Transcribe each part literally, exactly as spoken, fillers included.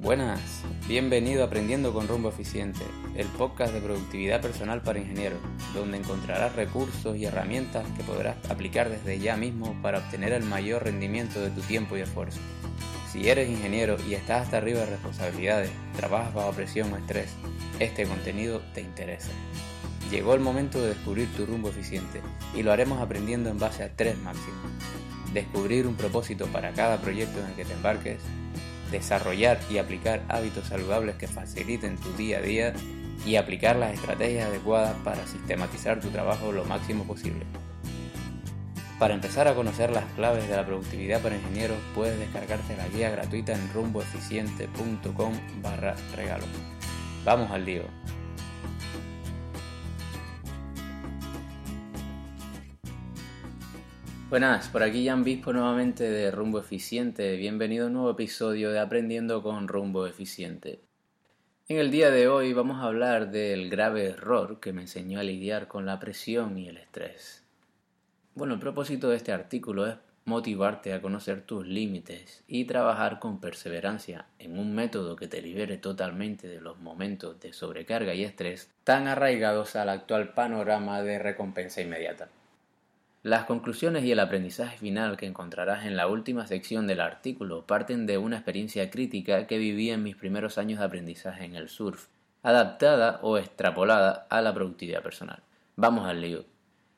Buenas, bienvenido a Aprendiendo con Rumbo Eficiente, el podcast de productividad personal para ingenieros, donde encontrarás recursos y herramientas que podrás aplicar desde ya mismo para obtener el mayor rendimiento de tu tiempo y esfuerzo. Si eres ingeniero y estás hasta arriba de responsabilidades, trabajas bajo presión o estrés, este contenido te interesa. Llegó el momento de descubrir tu rumbo eficiente y lo haremos aprendiendo en base a tres máximos. Descubrir un propósito para cada proyecto en el que te embarques, desarrollar y aplicar hábitos saludables que faciliten tu día a día y aplicar las estrategias adecuadas para sistematizar tu trabajo lo máximo posible. Para empezar a conocer las claves de la productividad para ingenieros, puedes descargarte la guía gratuita en rumboeficiente punto com barra regalo. Vamos al lío. Buenas, por aquí Jan Bispo nuevamente de Rumbo Eficiente. Bienvenido a un nuevo episodio de Aprendiendo con Rumbo Eficiente. En el día de hoy vamos a hablar del grave error que me enseñó a lidiar con la presión y el estrés. Bueno, el propósito de este artículo es motivarte a conocer tus límites y trabajar con perseverancia en un método que te libere totalmente de los momentos de sobrecarga y estrés tan arraigados al actual panorama de recompensa inmediata. Las conclusiones y el aprendizaje final que encontrarás en la última sección del artículo parten de una experiencia crítica que viví en mis primeros años de aprendizaje en el surf, adaptada o extrapolada a la productividad personal. Vamos al lío.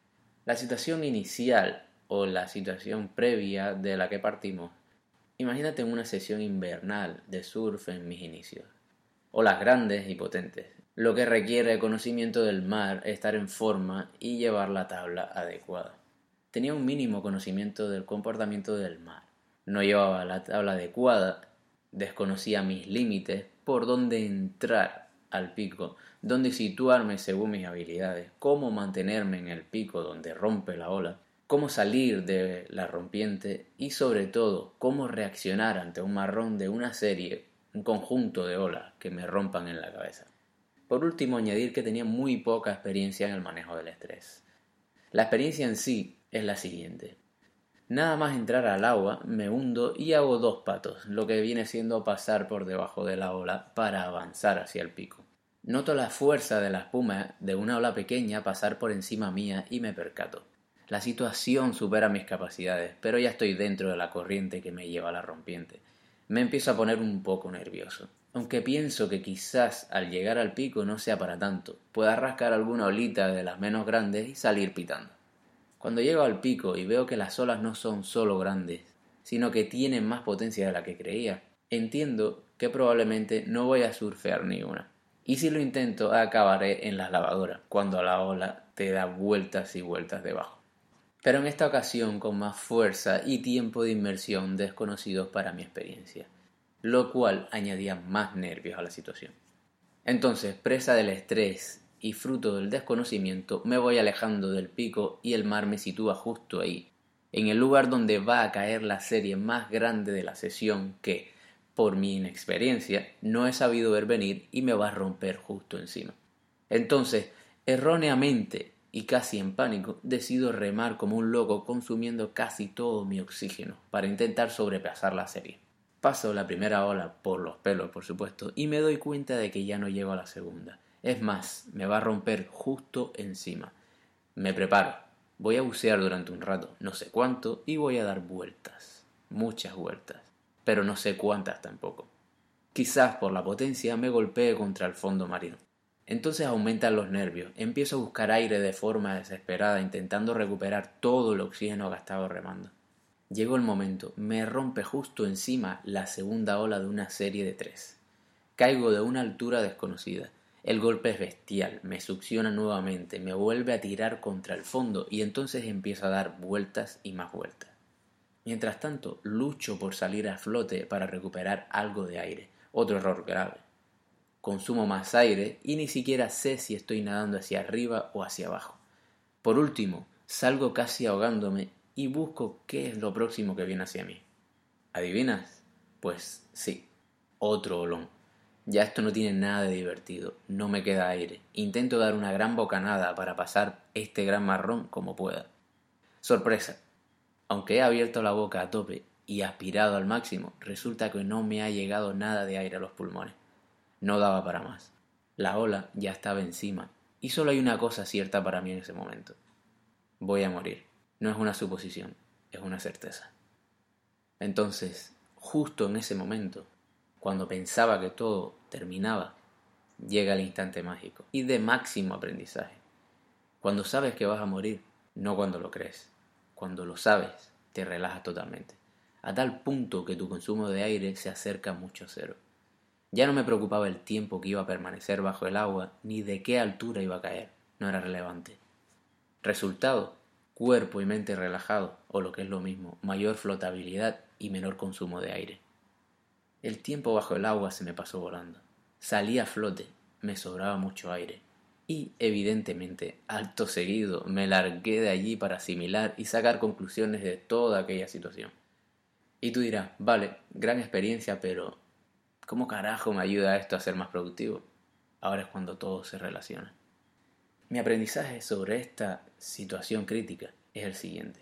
La situación inicial o la situación previa de la que partimos, imagínate una sesión invernal de surf en mis inicios. Olas grandes y potentes, lo que requiere conocimiento del mar, estar en forma y llevar la tabla adecuada. Tenía un mínimo conocimiento del comportamiento del mar. No llevaba la tabla adecuada, desconocía mis límites, por dónde entrar al pico, dónde situarme según mis habilidades, cómo mantenerme en el pico donde rompe la ola, cómo salir de la rompiente y sobre todo cómo reaccionar ante un marrón de una serie, un conjunto de olas que me rompan en la cabeza. Por último, añadir que tenía muy poca experiencia en el manejo del estrés. La experiencia en sí es la siguiente. Nada más entrar al agua, me hundo y hago dos patos, lo que viene siendo pasar por debajo de la ola para avanzar hacia el pico. Noto la fuerza de la espuma de una ola pequeña pasar por encima mía y me percato. La situación supera mis capacidades, pero ya estoy dentro de la corriente que me lleva a la rompiente. Me empiezo a poner un poco nervioso, aunque pienso que quizás al llegar al pico no sea para tanto, pueda rascar alguna olita de las menos grandes y salir pitando. Cuando llego al pico y veo que las olas no son solo grandes, sino que tienen más potencia de la que creía, entiendo que probablemente no voy a surfear ni una. Y si lo intento, acabaré en las lavadoras, cuando la ola te da vueltas y vueltas debajo. Pero en esta ocasión con más fuerza y tiempo de inmersión desconocidos para mi experiencia, lo cual añadía más nervios a la situación. Entonces, presa del estrés y fruto del desconocimiento, me voy alejando del pico y el mar me sitúa justo ahí, en el lugar donde va a caer la serie más grande de la sesión que, por mi inexperiencia, no he sabido ver venir y me va a romper justo encima. Entonces, erróneamente y casi en pánico, decido remar como un loco consumiendo casi todo mi oxígeno para intentar sobrepasar la serie. Paso la primera ola por los pelos, por supuesto, y me doy cuenta de que ya no llego a la segunda. Es más, me va a romper justo encima. Me preparo. Voy a bucear durante un rato, no sé cuánto, y voy a dar vueltas. Muchas vueltas. Pero no sé cuántas tampoco. Quizás por la potencia me golpee contra el fondo marino. Entonces aumentan los nervios. Empiezo a buscar aire de forma desesperada, intentando recuperar todo el oxígeno gastado remando. Llegó el momento. Me rompe justo encima la segunda ola de una serie de tres. Caigo de una altura desconocida. El golpe es bestial, me succiona nuevamente, me vuelve a tirar contra el fondo y entonces empiezo a dar vueltas y más vueltas. Mientras tanto, lucho por salir a flote para recuperar algo de aire, otro error grave. Consumo más aire y ni siquiera sé si estoy nadando hacia arriba o hacia abajo. Por último, salgo casi ahogándome y busco qué es lo próximo que viene hacia mí. ¿Adivinas? Pues sí, otro olón. Ya esto no tiene nada de divertido, no me queda aire. Intento dar una gran bocanada para pasar este gran marrón como pueda. Sorpresa. Aunque he abierto la boca a tope, y aspirado al máximo, resulta que no me ha llegado nada de aire a los pulmones. No daba para más. La ola ya estaba encima y solo hay una cosa cierta para mí en ese momento. Voy a morir. No es una suposición, es una certeza. Entonces, justo en ese momento, cuando pensaba que todo terminaba, llega el instante mágico y de máximo aprendizaje. Cuando sabes que vas a morir, no cuando lo crees. Cuando lo sabes, te relajas totalmente, a tal punto que tu consumo de aire se acerca mucho a cero. Ya no me preocupaba el tiempo que iba a permanecer bajo el agua, ni de qué altura iba a caer, no era relevante. Resultado, cuerpo y mente relajados, o lo que es lo mismo, mayor flotabilidad y menor consumo de aire. El tiempo bajo el agua se me pasó volando. Salí a flote, me sobraba mucho aire. Y, evidentemente, acto seguido, me largué de allí para asimilar y sacar conclusiones de toda aquella situación. Y tú dirás, vale, gran experiencia, pero ¿cómo carajo me ayuda esto a ser más productivo? Ahora es cuando todo se relaciona. Mi aprendizaje sobre esta situación crítica es el siguiente.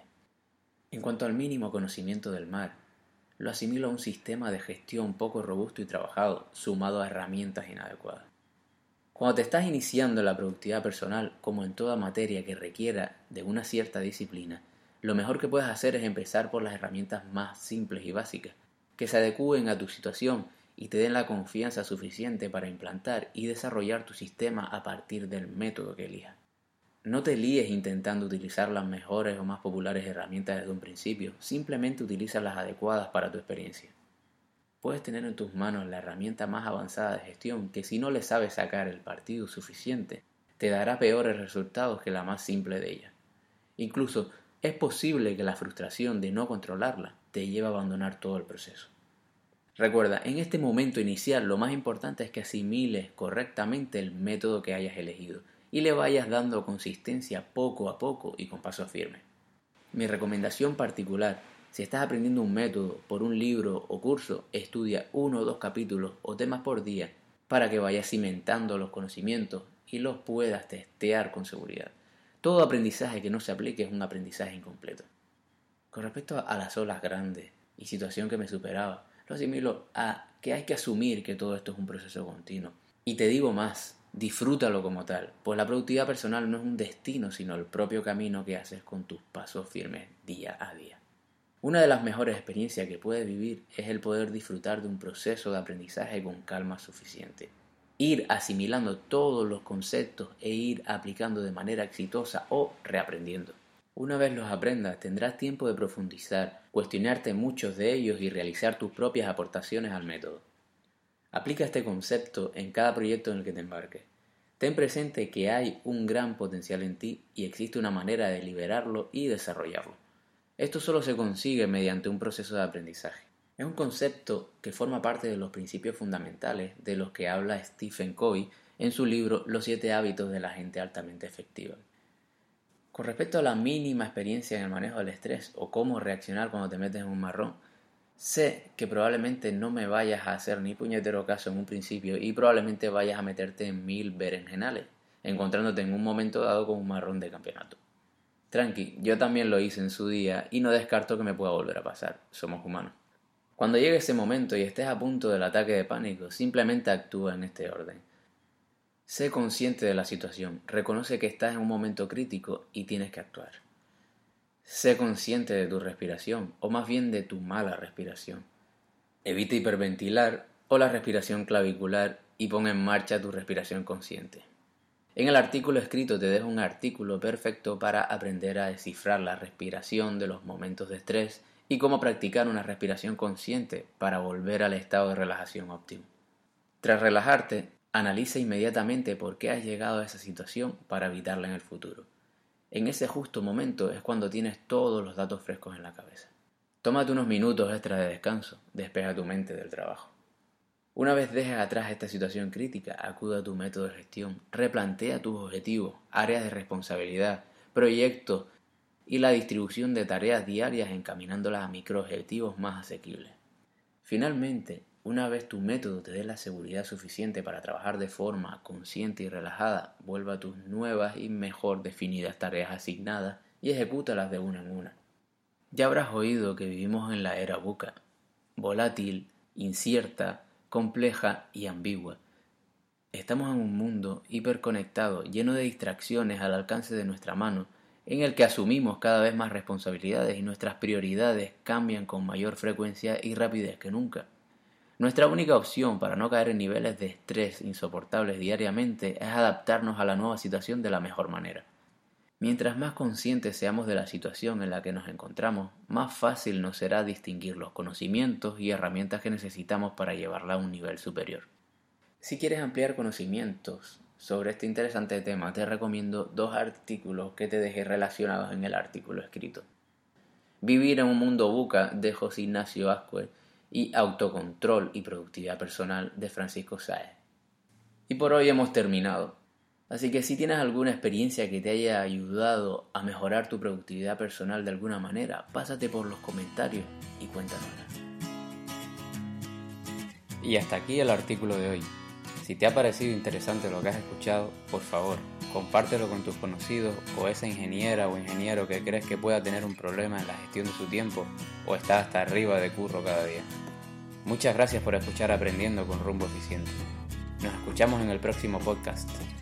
En cuanto al mínimo conocimiento del mar, lo asimilo a un sistema de gestión poco robusto y trabajado, sumado a herramientas inadecuadas. Cuando te estás iniciando en la productividad personal, como en toda materia que requiera de una cierta disciplina, lo mejor que puedes hacer es empezar por las herramientas más simples y básicas, que se adecúen a tu situación y te den la confianza suficiente para implantar y desarrollar tu sistema a partir del método que elijas. No te líes intentando utilizar las mejores o más populares herramientas desde un principio, simplemente utiliza las adecuadas para tu experiencia. Puedes tener en tus manos la herramienta más avanzada de gestión que si no le sabes sacar el partido suficiente, te dará peores resultados que la más simple de ellas. Incluso es posible que la frustración de no controlarla te lleve a abandonar todo el proceso. Recuerda, en este momento inicial lo más importante es que asimiles correctamente el método que hayas elegido y le vayas dando consistencia poco a poco y con paso firme. Mi recomendación particular: si estás aprendiendo un método por un libro o curso, estudia uno o dos capítulos o temas por día para que vayas cimentando los conocimientos y los puedas testear con seguridad. Todo aprendizaje que no se aplique es un aprendizaje incompleto. Con respecto a las olas grandes y situación que me superaba, lo asimilo a que hay que asumir que todo esto es un proceso continuo. Y te digo más, disfrútalo como tal, pues la productividad personal no es un destino, sino el propio camino que haces con tus pasos firmes día a día. Una de las mejores experiencias que puedes vivir es el poder disfrutar de un proceso de aprendizaje con calma suficiente. Ir asimilando todos los conceptos e ir aplicando de manera exitosa o reaprendiendo. Una vez los aprendas, tendrás tiempo de profundizar, cuestionarte muchos de ellos y realizar tus propias aportaciones al método. Aplica este concepto en cada proyecto en el que te embarques. Ten presente que hay un gran potencial en ti y existe una manera de liberarlo y desarrollarlo. Esto solo se consigue mediante un proceso de aprendizaje. Es un concepto que forma parte de los principios fundamentales de los que habla Stephen Covey en su libro Los siete hábitos de la gente altamente efectiva. Con respecto a la mínima experiencia en el manejo del estrés o cómo reaccionar cuando te metes en un marrón, sé que probablemente no me vayas a hacer ni puñetero caso en un principio y probablemente vayas a meterte en mil berenjenales, encontrándote en un momento dado con un marrón de campeonato. Tranqui, yo también lo hice en su día y no descarto que me pueda volver a pasar, somos humanos. Cuando llegue ese momento y estés a punto del ataque de pánico, simplemente actúa en este orden. Sé consciente de la situación, reconoce que estás en un momento crítico y tienes que actuar. Sé consciente de tu respiración, o más bien de tu mala respiración. Evita hiperventilar o la respiración clavicular y pon en marcha tu respiración consciente. En el artículo escrito te dejo un artículo perfecto para aprender a descifrar la respiración de los momentos de estrés y cómo practicar una respiración consciente para volver al estado de relajación óptimo. Tras relajarte, analiza inmediatamente por qué has llegado a esa situación para evitarla en el futuro. En ese justo momento es cuando tienes todos los datos frescos en la cabeza. Tómate unos minutos extra de descanso, despeja tu mente del trabajo. Una vez dejes atrás esta situación crítica, acude a tu método de gestión, replantea tus objetivos, áreas de responsabilidad, proyectos y la distribución de tareas diarias encaminándolas a microobjetivos más asequibles. Finalmente, una vez tu método te dé la seguridad suficiente para trabajar de forma consciente y relajada, vuelve a tus nuevas y mejor definidas tareas asignadas y ejecútalas de una en una. Ya habrás oído que vivimos en la era VUCA, volátil, incierta, compleja y ambigua. Estamos en un mundo hiperconectado, lleno de distracciones al alcance de nuestra mano, en el que asumimos cada vez más responsabilidades y nuestras prioridades cambian con mayor frecuencia y rapidez que nunca. Nuestra única opción para no caer en niveles de estrés insoportables diariamente es adaptarnos a la nueva situación de la mejor manera. Mientras más conscientes seamos de la situación en la que nos encontramos, más fácil nos será distinguir los conocimientos y herramientas que necesitamos para llevarla a un nivel superior. Si quieres ampliar conocimientos sobre este interesante tema, te recomiendo dos artículos que te dejé relacionados en el artículo escrito. Vivir en un mundo VUCA de José Ignacio Azcue y Autocontrol y Productividad Personal de Francisco Sáez. Y por hoy hemos terminado. Así que si tienes alguna experiencia que te haya ayudado a mejorar tu productividad personal de alguna manera, pásate por los comentarios y cuéntanosla. Y hasta aquí el artículo de hoy. Si te ha parecido interesante lo que has escuchado, por favor, compártelo con tus conocidos o esa ingeniera o ingeniero que crees que pueda tener un problema en la gestión de su tiempo o está hasta arriba de curro cada día. Muchas gracias por escuchar Aprendiendo con Rumbo Eficiente. Nos escuchamos en el próximo podcast.